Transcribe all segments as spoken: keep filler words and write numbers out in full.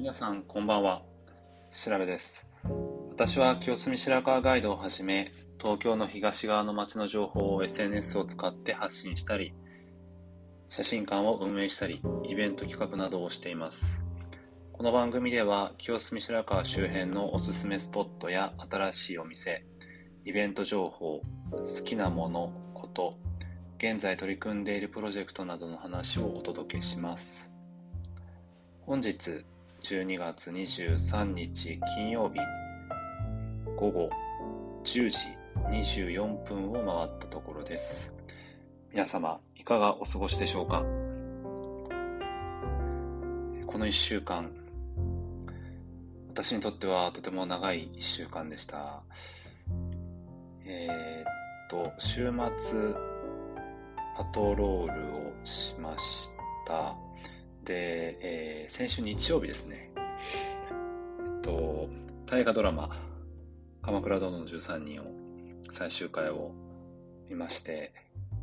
皆さんこんばんは、調べです。私は清澄白河ガイドをはじめ、東京の東側の街の情報を エスエヌエス を使って発信したり、写真館を運営したり、イベント企画などをしています。この番組では清澄白河周辺のおすすめスポットや新しいお店、イベント情報、好きなもの、こと、現在取り組んでいるプロジェクトなどの話をお届けします。本日じゅうにがつにじゅうさんにち金曜日午後じゅうじにじゅうよんぷんを回ったところです。皆様いかがお過ごしでしょうか。このいっしゅうかん、私にとってはとても長いいっしゅうかんでした。えー、っと週末パトロールをしました。で、えー、先週日曜日ですね、えっと大河ドラマ鎌倉殿のじゅうさんにんを最終回を見まして、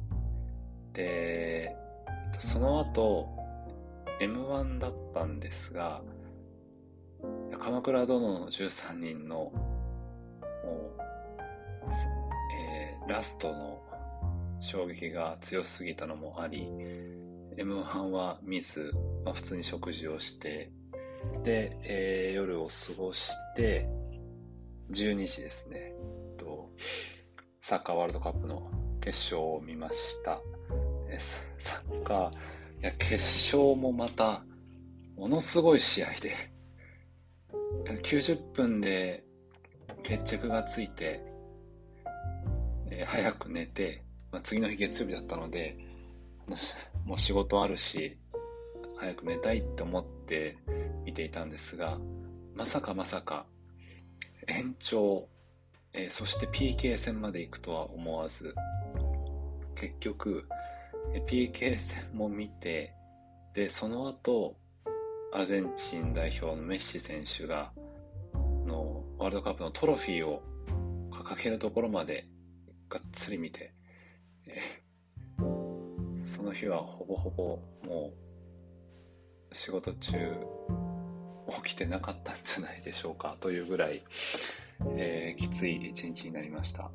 でその後 エムワン だったんですが、鎌倉殿のじゅうさんにんのもう、えー、ラストの衝撃が強すぎたのもあり エムワン は見ず、まあ、普通に食事をしてで、えー、夜を過ごしてじゅうにじですね、とサッカーワールドカップの決勝を見ました。サッカー、いや決勝もまたものすごい試合できゅうじゅっぷんで決着がついて、えー、早く寝て、まあ、次の日月曜日だったのでもう仕事あるし早く寝たいって思って見ていたんですが、まさかまさか延長、えー、そして ピーケー 戦まで行くとは思わず、結局 ピーケー 戦も見て、でその後アルゼンチン代表のメッシ選手がのワールドカップのトロフィーを掲げるところまでがっつり見て、えー、その日はほぼほぼもう仕事中起きてなかったんじゃないでしょうかというぐらい、えー、きつい一日になりました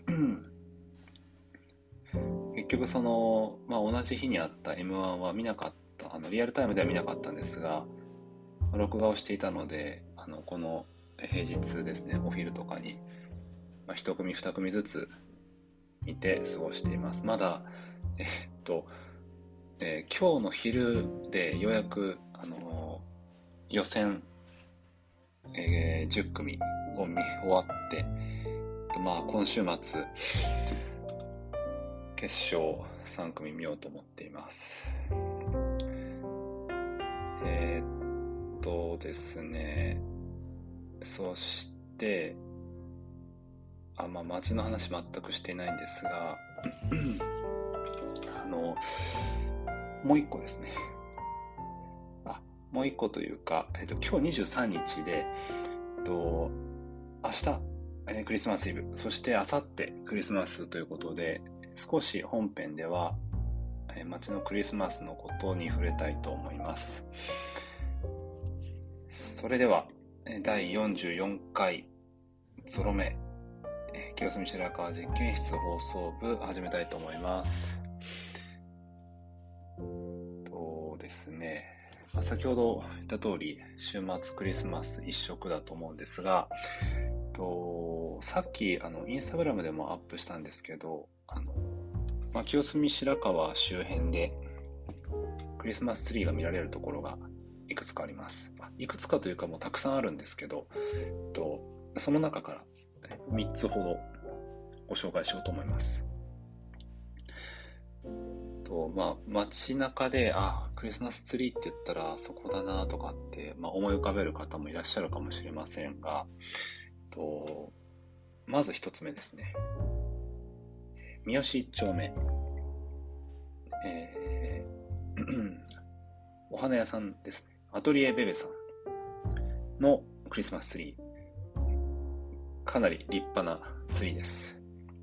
結局その、まあ、同じ日にあった エムワン は見なかった、あのリアルタイムでは見なかったんですが、録画をしていたので、あのこの平日ですね、お昼とかに、まあ、いち組に組ずつ見て過ごしています。まだえー、っと、えー、今日の昼でようやく、あのー、予選、えー、じゅっくみを見終わって、まあ、今週末決勝さん組見ようと思っています。えー、っとですねそしてあ、まあ、街の話全くしていないんですがあのもう一個ですねあもう一個というか、えっと、今日にじゅうさんにちで、えっと、明日、えー、クリスマスイブ、そして明後日クリスマスということで、少し本編では、えー、街のクリスマスのことに触れたいと思います。それではだいよんじゅうよんかいゾロ目、えー、清澄白河実験室放送部始めたいと思います。とですね、まあ、先ほど言った通り週末クリスマス一色だと思うんですが、とさっきあのインスタグラムでもアップしたんですけど、あの、まあ、清澄白河周辺でクリスマスツリーが見られるところがいくつかあります。いくつかというかもうたくさんあるんですけど、とその中からみっつほどご紹介しようと思います。とまあ、街中であクリスマスツリーって言ったらそこだなとかって、まあ、思い浮かべる方もいらっしゃるかもしれませんが、とまず一つ目ですね、三好一丁目、えー、お花屋さんですね、アトリエベベさんのクリスマスツリー、かなり立派なツリーです。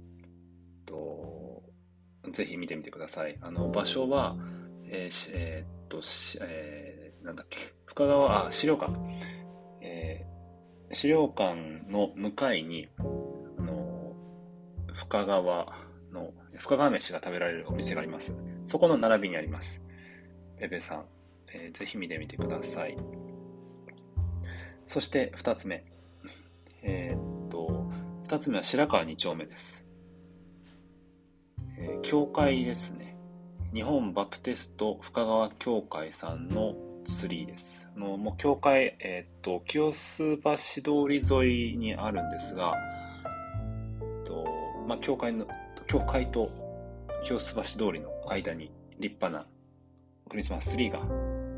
とぜひ見てみてください。あの場所は、えーえー、っとえなんだっけ、深川、あ、資料館。えー、資料館の向かいに、あの、深川の、深川飯が食べられるお店があります。そこの並びにあります。ペペさん、えーぜひ見てみてください。そして二つ目。えーっと、二つ目は白川二丁目です。えー教会ですね。日本バプテスト深川教会さんのツリーです。あの、もう教会、えーっと、清洲橋通り沿いにあるんですが、えっと、まあ、教会の、教会と清洲橋通りの間に立派なクリスマスツリーが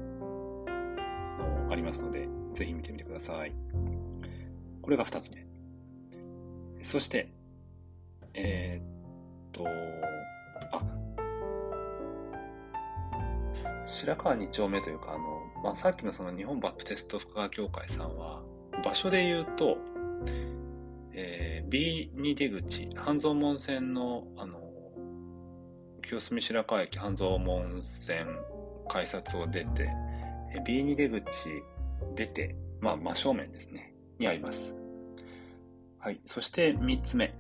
ありますので、ぜひ見てみてください。これが二つ目。そして、えーっと、あ、白川二丁目というか、あの、まあ、さっきのその日本バプテスト深川教会さんは、場所で言うと、えー、ビーに 出口、半蔵門線の、あの、清澄白河駅半蔵門線改札を出て、えー ビーに 出口出て、まあ、真正面ですね、にあります。はい。そして三つ目。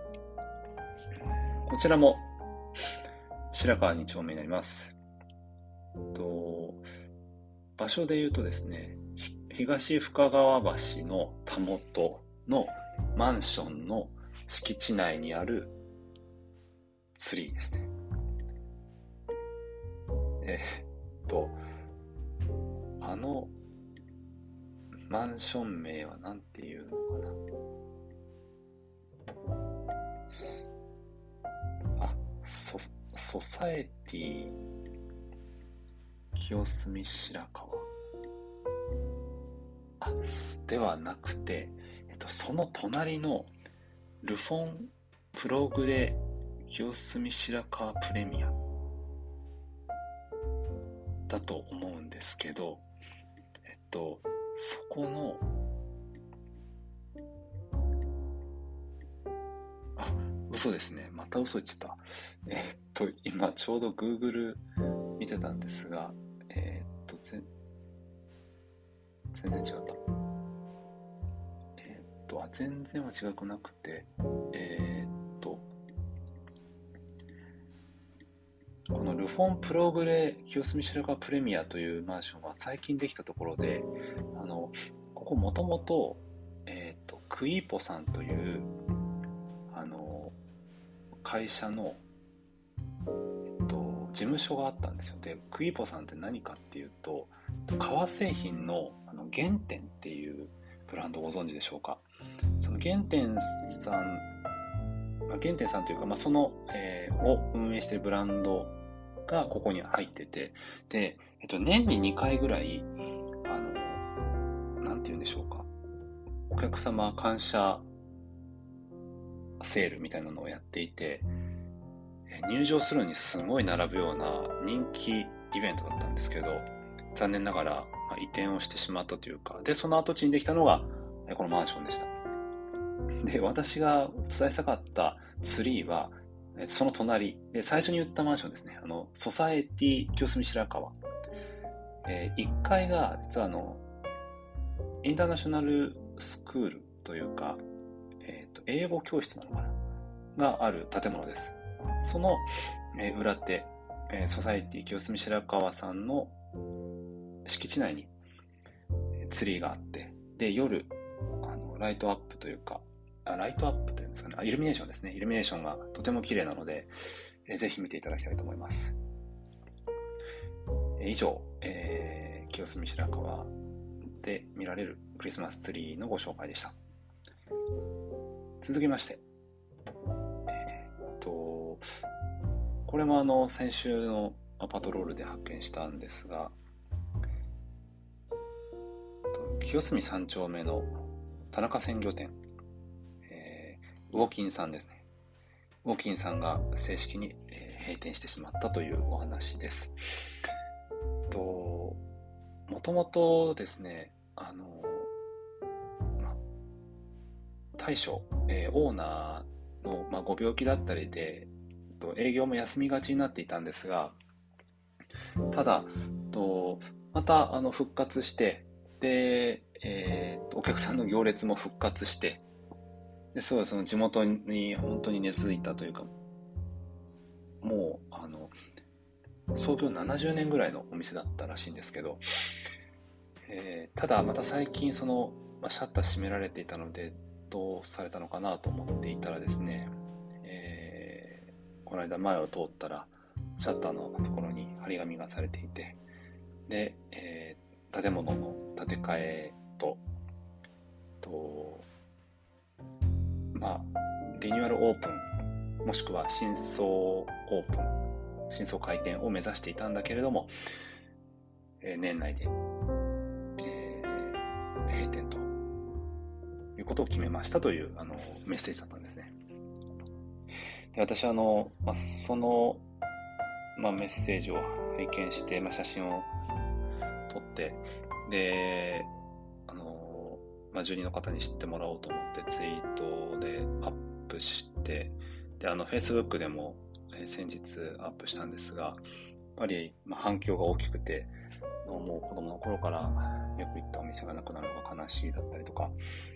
こちらも、白川二丁目になります。と場所で言うとですね、東深川橋のたもとのマンションの敷地内にあるツリーですね。えーっと、あのマンション名は何ていうのかな。あ、ソ、ソサエティ清澄白河。あ、ではなくて、えっと、その隣のルフォンプログレ清澄白河プレミアだと思うんですけど、えっと、そこの、あ、嘘ですね。また嘘言っちゃった。えっと、今ちょうど Google 見てたんですが、えっと、ぜ全然違った。えっと、あ、全然は違くなくて、えっと、このルフォンプログレ清澄白河プレミアというマンションは最近できたところで、あの、ここもともと、えっと、クイーポさんという、あの、会社の、えっと、事務所があったんですよ。で、クイーポさんって何かっていうと、革製品の、あの原点っていうブランドをご存知でしょうか。その原点さん、まあ原点さんというか、まあ、その、えーを運営しているブランドがここに入ってて、で、えっと、年ににかいぐらい、あの、なんて言うんでしょうか、お客様感謝セールみたいなのをやっていて、入場するのにすごい並ぶような人気イベントだったんですけど、残念ながら、まあ、移転をしてしまったというか、で、その跡地にできたのが、このマンションでした。で、私がお伝えしたかったツリーは、その隣で、最初に言ったマンションですね。あの、ソサエティ清澄白河。えー、いっかいが、実はあの、インターナショナルスクールというか、えっと、英語教室なのかながある建物です。その、えー裏手、えーソサエティ清澄白河さんの敷地内にえーツリーがあって、で、夜、あの、ライトアップというか、あ、ライトアップというんですかね、あ、イルミネーションですね。イルミネーションがとても綺麗なので、えーぜひ見ていただきたいと思います。えー以上、えー清澄白河で見られるクリスマスツリーのご紹介でした。続きまして、えーっと、これもあの、先週のパトロールで発見したんですが、清澄三丁目の田中鮮魚店、えー、魚金さんですね。魚金さんが正式に、えー閉店してしまったというお話です。と、もともとですね、あの、ま、大将、えーオーナーの、ま、ご病気だったりで、と営業も休みがちになっていたんですが、ただ、とまたあの復活して、で、えーと、お客さんの行列も復活して、ですごいその地元に本当に根付いたというか、もうあの創業ななじゅうねんぐらいのお店だったらしいんですけど、えーただまた最近その、まあ、シャッター閉められていたのでどうされたのかなと思っていたらですね、えーこの間前を通ったらシャッターのところに張り紙がされていて、で、えー建物の建て替えと、とまあリニューアルオープンもしくは新装オープン新装開店を目指していたんだけれども、えー年内で、えー閉店ということを決めましたというあのメッセージだったんですね。で私はあの、まあ、その、まあ、メッセージを拝見して、まあ、写真を撮って、であの、まあ、住人の方に知ってもらおうと思ってツイートでアップして、であの Facebook でも、えー先日アップしたんですが、やっぱり、まあ、反響が大きくて、もう子供の頃からよく行ったお店がなくなるのが悲しいだったりとか、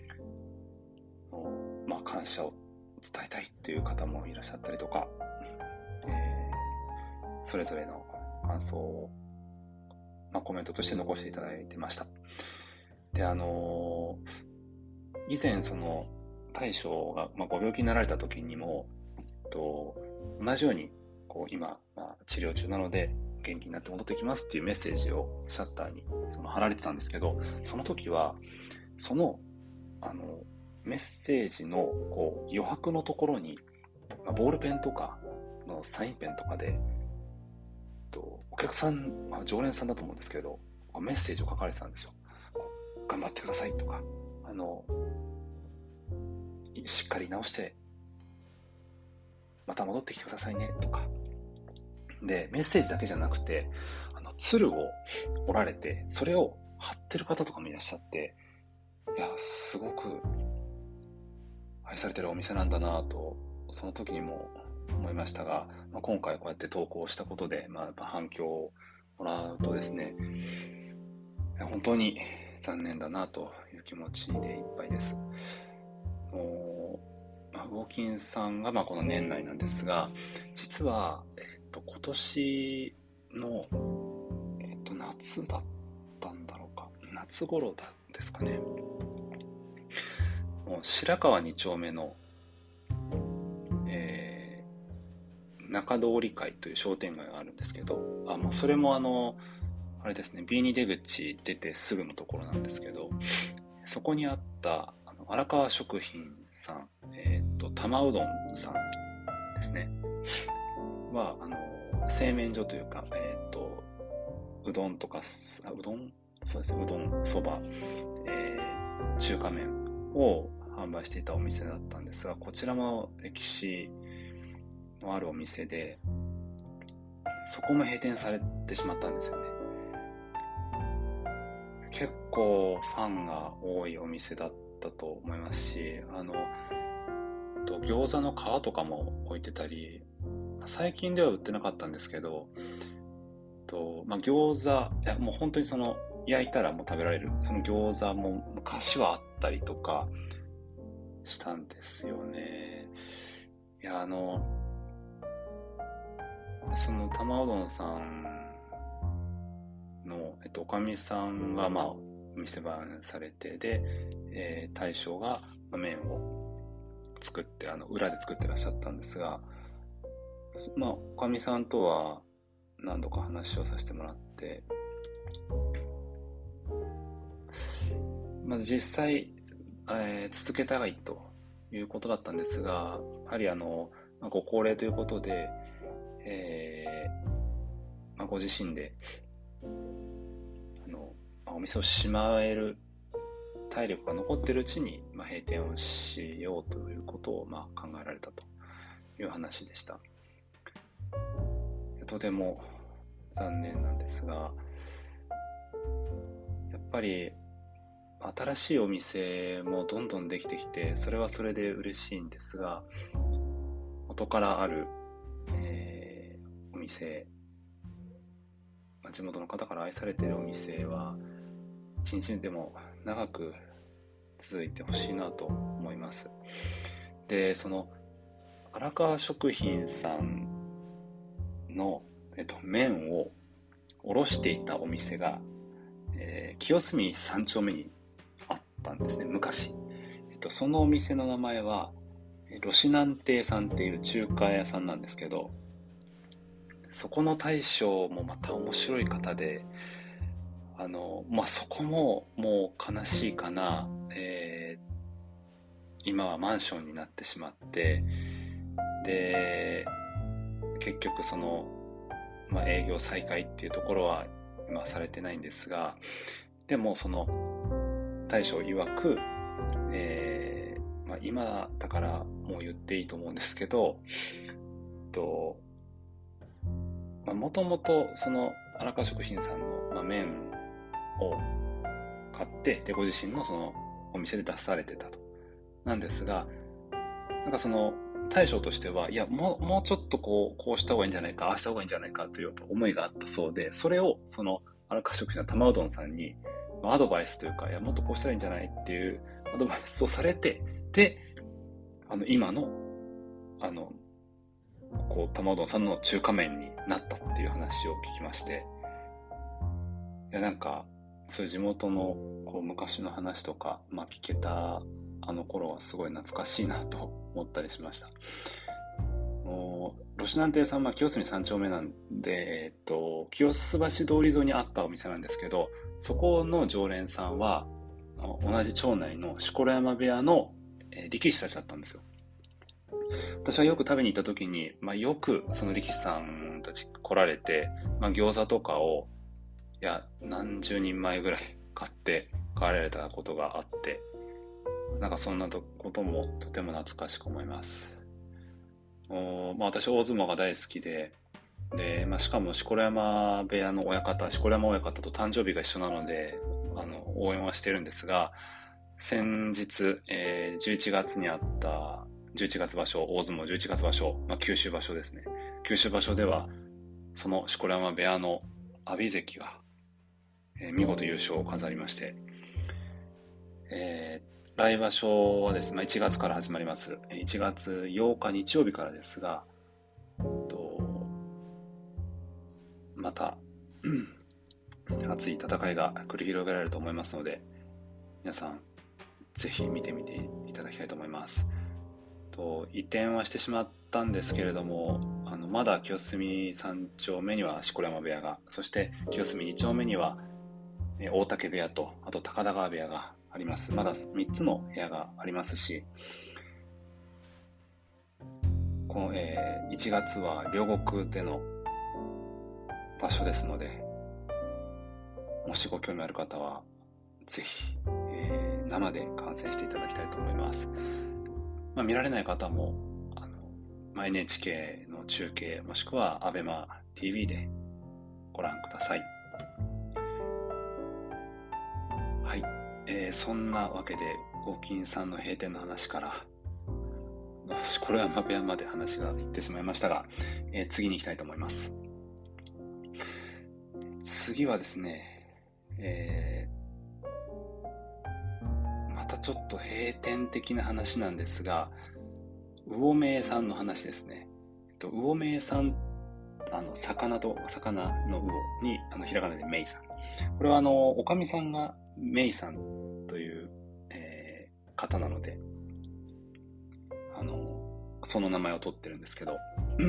まあ、感謝を伝えたいという方もいらっしゃったりとか、えーそれぞれの感想を、まあ、コメントとして残していただいてました。で、あのー以前その大将が、まあ、ご病気になられた時にもと同じようにこう今、まあ、治療中なので元気になって戻ってきますっていうメッセージをシャッターにその貼られてたんですけど、その時はそのあのメッセージのこう余白のところに、まあ、ボールペンとかのサインペンとかでとお客さん、まあ、常連さんだと思うんですけどメッセージを書かれてたんですよ。頑張ってくださいとか、あのしっかり直してまた戻ってきてくださいねとかで、メッセージだけじゃなくてあの鶴を折られてそれを貼ってる方とかもいらっしゃって、いやすごく愛されてるお店なんだなとその時にも思いましたが、まあ、今回こうやって投稿したことで、まあ、やっぱ反響をもらうとですね、本当に残念だなという気持ちでいっぱいです。もう、まあ、ウォーキンさんがまあこの年内なんですが、実は、えっと、今年の、えっと、夏だったんだろうか、夏頃だですかね、もう白川に丁目の、えー中通り会という商店街があるんですけど、あもうそれもあのあれですね、 ビーに 出口出てすぐのところなんですけど、そこにあったあの荒川食品さん、えっ、と玉うどんさんですねはあの製麺所というか、えっ、とうどんとかあうどんそうですねうどんそば、えー中華麺を販売していたお店だったんですが、こちらも歴史のあるお店でそこも閉店されてしまったんですよね。結構ファンが多いお店だったと思いますし、あのと餃子の皮とかも置いてたり、最近では売ってなかったんですけど、と、まあ、餃子いやもう本当にその焼いたらもう食べられるその餃子も昔はあったりとかしたんですよね。いやあのその玉うどんさんの、えっと、おかみさんが、まあ、店番されて、で、えー大将が麺を作って、あの、裏で作ってらっしゃったんですが、まあ、おかみさんとは何度か話をさせてもらって、まず実際、えー続けたいということだったんですが、やはりあの、まあ、ご高齢ということで、えーまあ、ご自身であのお店を閉まえる体力が残っているうちに、まあ、閉店をしようということを、まあ、考えられたという話でした。とても残念なんですが、やっぱり新しいお店もどんどんできてきて、それはそれで嬉しいんですが、元からある、えーお店、 地元の方から愛されているお店は一日でも長く続いてほしいなと思います。で、その荒川食品さんの、えっと、麺を卸していたお店が、えー、清澄三丁目にあったんですね、昔。えっと、そのお店の名前はロシナン亭さんっていう中華屋さんなんですけど、そこの大将もまた面白い方で、あの、まあ、そこももう悲しいかな、えー今はマンションになってしまって、で、結局その、まあ、営業再開っていうところは今されてないんですが、でもその大将曰く、えーまあ、今だからもう言っていいと思うんですけど、ともともとその荒川食品さんの、まあ、麺を買って、でご自身のそのお店で出されてたと。なんですが、なんかその大将としては、いや、もう、もうちょっとこう、こうした方がいいんじゃないか、ああした方がいいんじゃないかという思いがあったそうで、それをその荒川食品の玉うどんさんにアドバイスというか、いや、もっとこうしたらいいんじゃないっていうアドバイスをされて、で、あの、今の、あの、こう、玉うどんさんの中華麺になったっていう話を聞きまして、いや、なんか、そういう地元のこう昔の話とか、まあ、聞けたあの頃はすごい懐かしいなと思ったりしました。ロシナン亭さんは清澄三丁目なんで、えっと、清洲橋通り沿いにあったお店なんですけど、そこの常連さんは同じ町内の錣山部屋の力士たちだったんですよ。私はよく食べに行った時に、まあ、よくその力士さんたち来られて、まあ、餃子とかをいや何十人前ぐらい買って帰られたことがあって、なんかそんなこともとても懐かしく思います。お、まあ、私大相撲が大好きで、で、まあ、しかも錣山部屋の親方、錣山親方と誕生日が一緒なので、あの応援はしてるんですが、先日、えー、じゅういちがつにあったじゅういちがつ場所、大相撲じゅういちがつ場所、まあ、九州場所ですね。九州場所ではその錣山部屋の阿炎関が、えー、見事優勝を飾りまして、えー来場所はですね、いちがつから始まります。いちがつようか日曜日からですが、とまた熱い戦いが繰り広げられると思いますので、皆さんぜひ見てみていただきたいと思います。と移転はしてしまったんですけれども、あのまだ清澄三丁目には錣山部屋が、そして清澄二丁目には大竹部屋と、あと高田川部屋があります。まだみっつの部屋がありますし、この、えー、いちがつは両国での場所ですので、もしご興味ある方はぜひ、えー、生で観戦していただきたいと思います。まあ、見られない方もあの、まあ、エヌエイチケー の中継もしくは アベマティーブイ でご覧ください。はい、えー、そんなわけでご金さんの閉店の話から錣山部屋まで話がいってしまいましたが、えー、次に行きたいと思います。次はですね、えー、またちょっと閉店的な話なんですが、魚名さんの話ですね。魚名さん、あの魚と魚の魚にあのひらがなで名さん。これはあのおかみさんが名さんという、えー、方なので、あのその名前を取ってるんですけど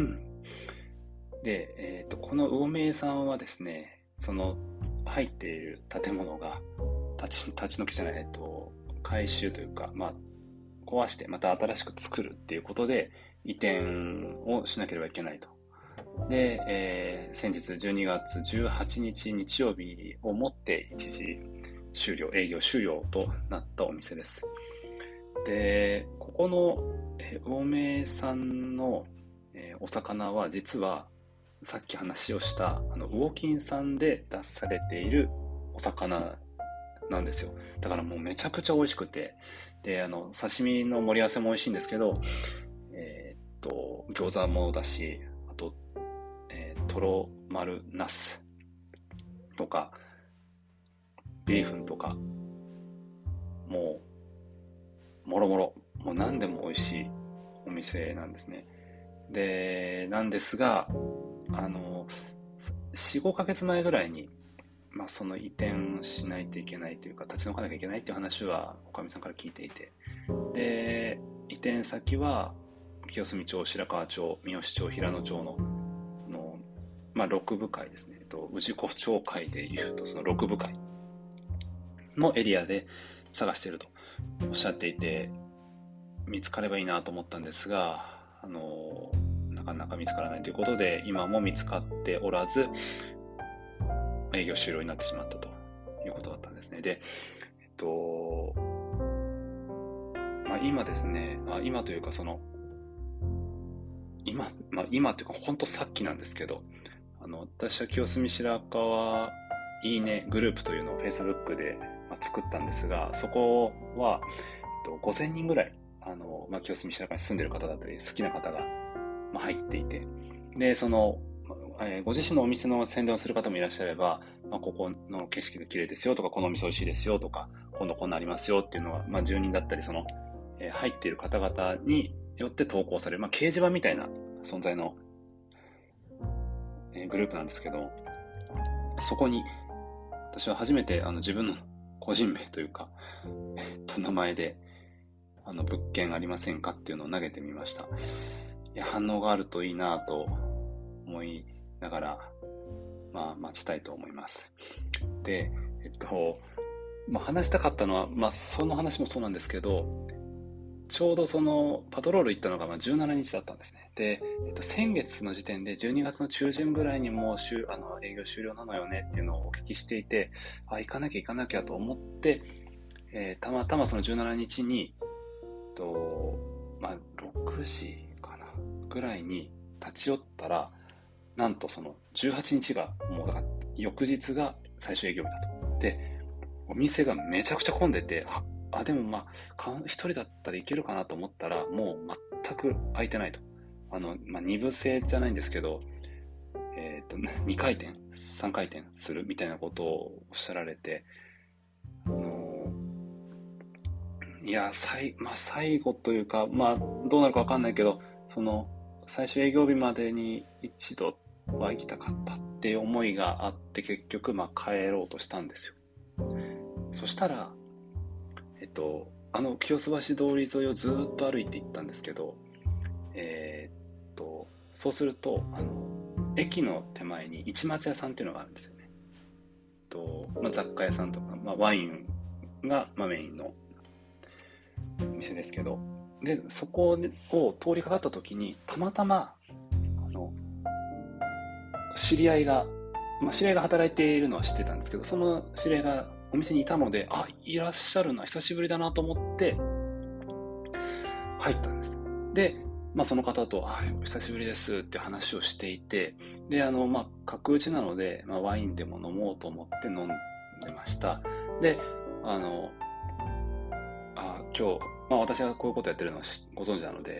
で、えーと、この魚名さんはですね、その入っている建物が立ち、立ち退きじゃない、えっと、改修というか、まあ、壊してまた新しく作るっていうことで移転をしなければいけないと。で、えー、先日じゅうにがつじゅうはちにち日曜日をもって一時終了、営業終了となったお店です。で、ここの魚名さんの、えー、お魚は実はさっき話をしたあの魚金さんで出されているお魚なんですよ。だからもうめちゃくちゃ美味しくて、で、あの刺身の盛り合わせも美味しいんですけど、えー、っと餃子もだし、あと、えー、とろ丸ナス、 とかビーフンとか、もうもろもろ、もう何でも美味しいお店なんですね。でなんですが、あのよん、ごかげつまえぐらいに、まあ、その移転しないといけないというか、立ち退かなきゃいけないっていう話はおかみさんから聞いていて、で移転先は清澄町、白川町、三好町、平野町のの、まあ、ろくぶかいですね、と氏子町会でいうとそのろくぶかいのエリアで探しているとおっしゃっていて、見つかればいいなと思ったんですが、あのなかなか見つからないということで、今も見つかっておらず営業終了になってしまったということだったんですね。で、えっと、まあ、今ですね、あ今というかその今、まあ、今というか本当さっきなんですけど、あの私は清澄白河いいねグループというのを Facebook で、まあ、作ったんですが、そこは、えっと、ごせんにんぐらいあの、まあ、清澄白河に住んでいる方だったり好きな方が、まあ、入っていて、でその、えーご自身のお店の宣伝をする方もいらっしゃれば、まあ、ここの景色が綺麗ですよとか、このお店美味しいですよとか、今度こんなありますよっていうのは、まあ、住人だったりその、えー入っている方々によって投稿される、まあ、掲示板みたいな存在の、えーグループなんですけど、そこに私は初めてあの自分の個人名というか、えっと、名前であの物件ありませんかっていうのを投げてみました。いや、反応があるといいなと思いながら、まあ、待ちたいと思います。で、えっと、まあ、話したかったのは、まあ、その話もそうなんですけど、ちょうどそのパトロール行ったのがまあじゅうしちにちだったんですね。で、えっと、先月の時点でじゅうにがつの中旬ぐらいにもうしゅあの営業終了なのよねっていうのをお聞きしていて、あ、行かなきゃ行かなきゃと思って、えーたまたまそのじゅうしちにちに、えっとまあ、ろくじかなぐらいに立ち寄ったら、なんとそのじゅうはちにちがもうだから翌日が最終営業日だと。で、お店がめちゃくちゃ混んでて、ああ、でもまあ、一人だったらいけるかなと思ったら、もう全く空いてないと。あの、まあ、二部制じゃないんですけど、えっと、にかい転、さんかい転するみたいなことをおっしゃられて、あのいや、最、まあ、最後というか、まあ、どうなるかわかんないけど、その、最終営業日までに一度は行きたかったっていう思いがあって、結局、まあ、帰ろうとしたんですよ。そしたら、えっと、あの清洲橋通り沿いをずっと歩いて行ったんですけど、えーっと、そうすると、あの、駅の手前に市松屋さんっていうのがあるんですよね。と、まあ、雑貨屋さんとか、まあ、ワインが、まあ、メインのお店ですけど、で、そこを通りかかった時に、たまたま、あの、知り合いが、まあ、知り合いが働いているのは知ってたんですけど、その知り合いがお店にいたので、あ、いらっしゃるな、久しぶりだなと思って入ったんです。で、まあ、その方と、あ、久しぶりですって話をしていて、で、あの、まあ、角打ちなので、まあ、ワインでも飲もうと思って飲んでました。で、あの、あ、今日、まあ、私がこういうことやってるのはご存知なので、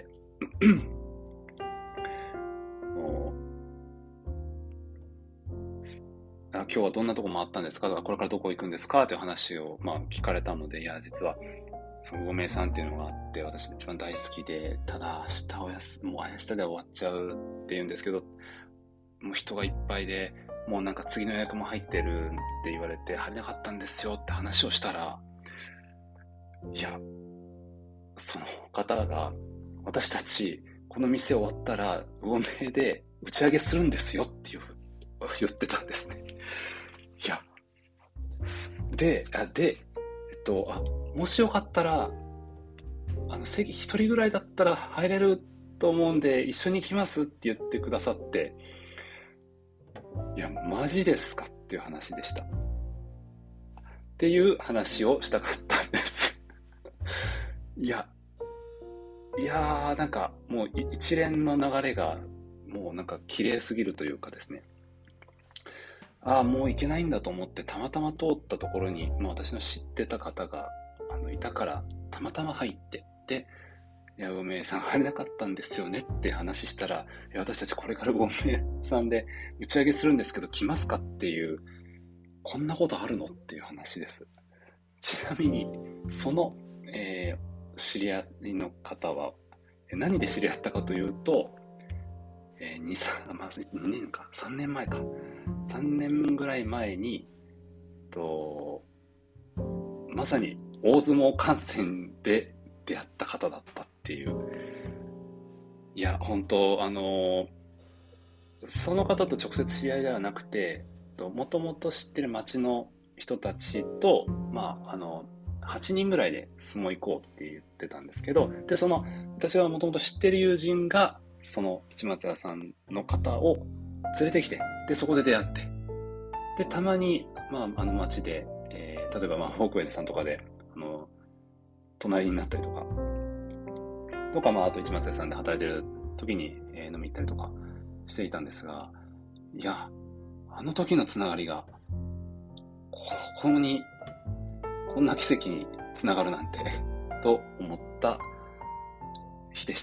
あ、今日はどんなとこ回ったんですかとか、これからどこ行くんですかっていう話を、まあ、聞かれたので、いや、実は、そのご名さんっていうのがあって、私一番大好きで、ただ明日おやす、もう明日で終わっちゃうって言うんですけど、もう人がいっぱいで、もうなんか次の予約も入ってるって言われて、入れなかったんですよって話をしたら、いや、その方が、私たち、この店終わったら、魚名で打ち上げするんですよっていう言ってたんですね。いや、で、あで、えっと、あ、もしよかったら、あの、席一人ぐらいだったら入れると思うんで、一緒に行きますって言ってくださって、いや、マジですかっていう話でした。っていう話をしたかったんです。いや、いやー、なんかもう一連の流れがもうなんか綺麗すぎるというかですね。ああ、もう行けないんだと思って、たまたま通ったところに、まあ、私の知ってた方があのいたから、たまたま入って、で、いや、梅さん入れなかったんですよねって話したら、いや、私たちこれから梅さんで打ち上げするんですけど、来ますかっていうこんなことあるのっていう話です。ちなみに、その、えー知り合いの方は、何で知り合ったかというと、えー、に、さん、まあ、にねんか、さんねんまえか。さんねんぐらい前に、と、まさに大相撲観戦で出会った方だったっていう。いや、本当あのーその方と直接知り合いではなくて、もともと知ってる町の人たちと、まあ、あの、はちにんぐらいで相撲行こうって言ってたんですけど、で、その、私がもともと知ってる友人が、その市松屋さんの方を連れてきて、で、そこで出会って、で、たまに、まあ、あの町で、えー例えば、まあ、フォークウェイズさんとかで、あの、隣になったりとか、とか、まあ、あと市松屋さんで働いてる時に、えー飲み行ったりとかしていたんですが、いや、あの時のつながりが、ここに、こんな奇跡につながるなんて、と思った日でした。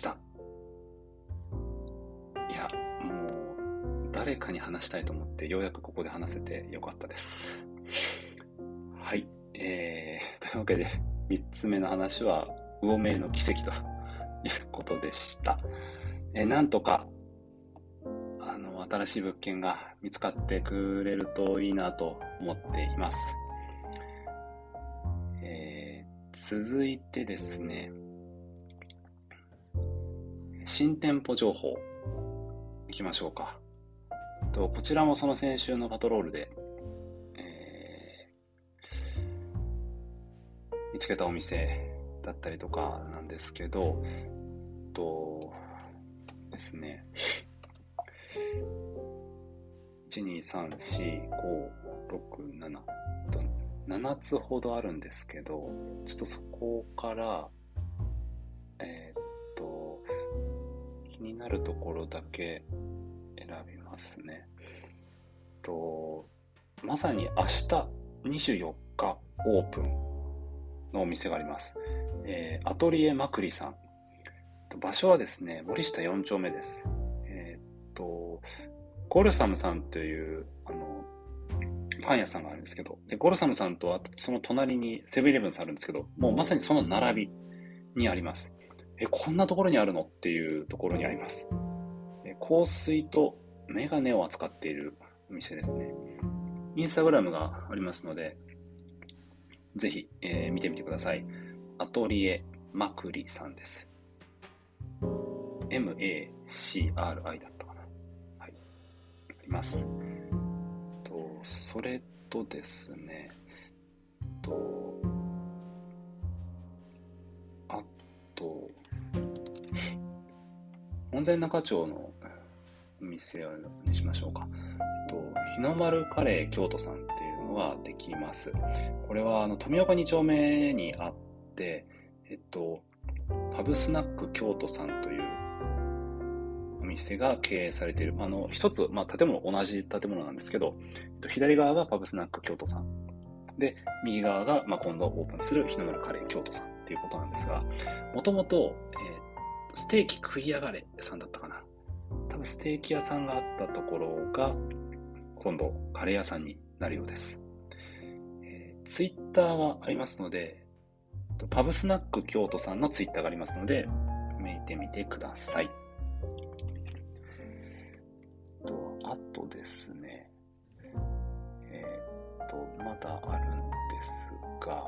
いや、もう、誰かに話したいと思って、ようやくここで話せてよかったです。はい。えー、というわけで、みっつめの話は、魚名の奇跡ということでした。えー、なんとか、あの、新しい物件が見つかってくれるといいなと思っています。えー、続いてですね、新店舗情報いきましょうか。とこちらもその先週のパトロールで、えー見つけたお店だったりとかなんですけど、とですね、いち、に、さん、よん、ご、ろく、ななとななつほどあるんですけど、ちょっとそこからえーっと気になるところだけ選びますね。とまさに明日にじゅうよっかオープンのお店があります。えーアトリエマクリさん。場所はですね、森下よん丁目です。えーっと、ゴルサムさんという、あの、パン屋さんがあるんですけど、でゴルサムさんと、あとその隣にセブンイレブンさんあるんですけど、もうまさにその並びにあります。え、こんなところにあるのっていうところにあります。え香水とメガネを扱っているお店ですね。インスタグラムがありますので、ぜひ、えー見てみてください。アトリエマクリさんです。エムエーシーアールアイ だったかな。はい。あります。と、それとですね、と、あと、門前仲町のお店にしましょうか。と日の丸カレー京都さんっていうのができます。これはあの富岡に丁目にあって、えっと、パブスナック京都さんというお店が経営されている、あの一つ、まあ、建物同じ建物なんですけど、えっと、左側がパブスナック京都さんで、右側が、まあ、今度オープンする日の丸カレー京都さんっていうことなんですが、もともと、えーステーキ食いやがれさんだったかな。多分ステーキ屋さんがあったところが今度カレー屋さんになるようです。えー、ツイッターがありますので、パブスナック京都さんのツイッターがありますので見てみてください。とあとですね、えー、っとまだあるんですが、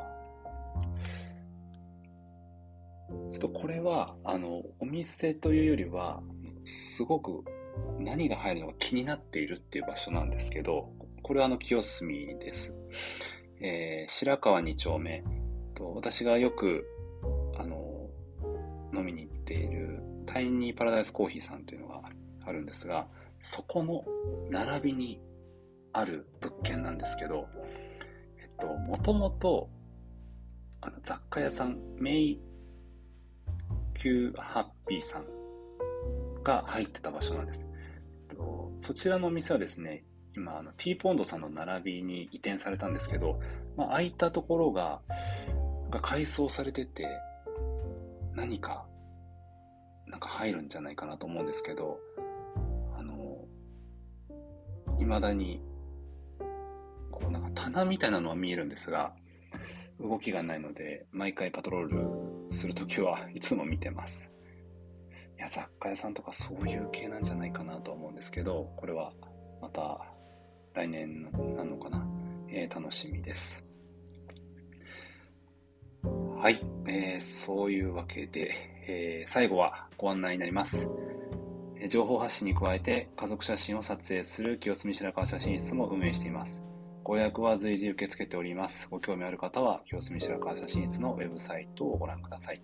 ちょっとこれはあのお店というよりはすごく何が入るのか気になっているっていう場所なんですけど、これはあの清澄です。えー白川に丁目と、私がよくあの飲みに行っているタイニーパラダイスコーヒーさんというのがあるんですが、そこの並びにある物件なんですけど、えっともともとあの雑貨屋さんメイキューハッピーさんが入ってた場所なんです。とそちらのお店はですね、今あの T ポンドさんの並びに移転されたんですけど、まあ、空いたところがが改装されてて、何かなんか入るんじゃないかなと思うんですけど、あの未だにこうなんか棚みたいなのは見えるんですが、動きがないので、毎回パトロールするときはいつも見てます。いや、雑貨屋さんとかそういう系なんじゃないかなと思うんですけど、これはまた来年のなのかな、えー、楽しみです。はい、えー、そういうわけで、えー、最後はご案内になります。情報発信に加えて家族写真を撮影する清澄白河写真室も運営しています。ご予約は随時受け付けております。ご興味ある方は清澄白河写真室のウェブサイトをご覧ください。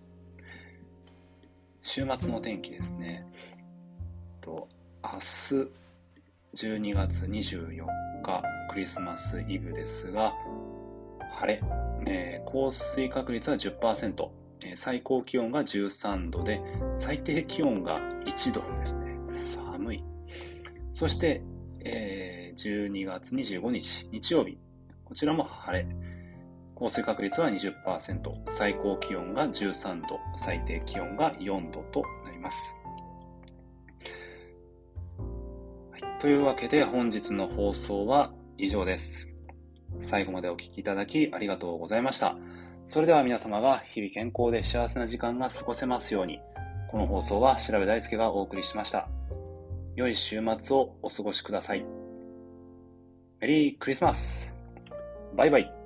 週末の天気ですね。と明日じゅうにがつにじゅうよっかクリスマスイブですが、晴れ、えー、降水確率は じゅっパーセント、えー、最高気温がじゅうさんどで最低気温がいちどですね。寒い。そして、えー、じゅうにがつにじゅうごにち日曜日、こちらも晴れ、降水確率は にじゅっパーセント、最高気温がじゅうさんど、最低気温がよんどとなります。はい、というわけで本日の放送は以上です。最後までお聞きいただきありがとうございました。それでは皆様が日々健康で幸せな時間が過ごせますように。この放送は調べ大輔がお送りしました。良い週末をお過ごしください。メリークリスマス。バイバイ。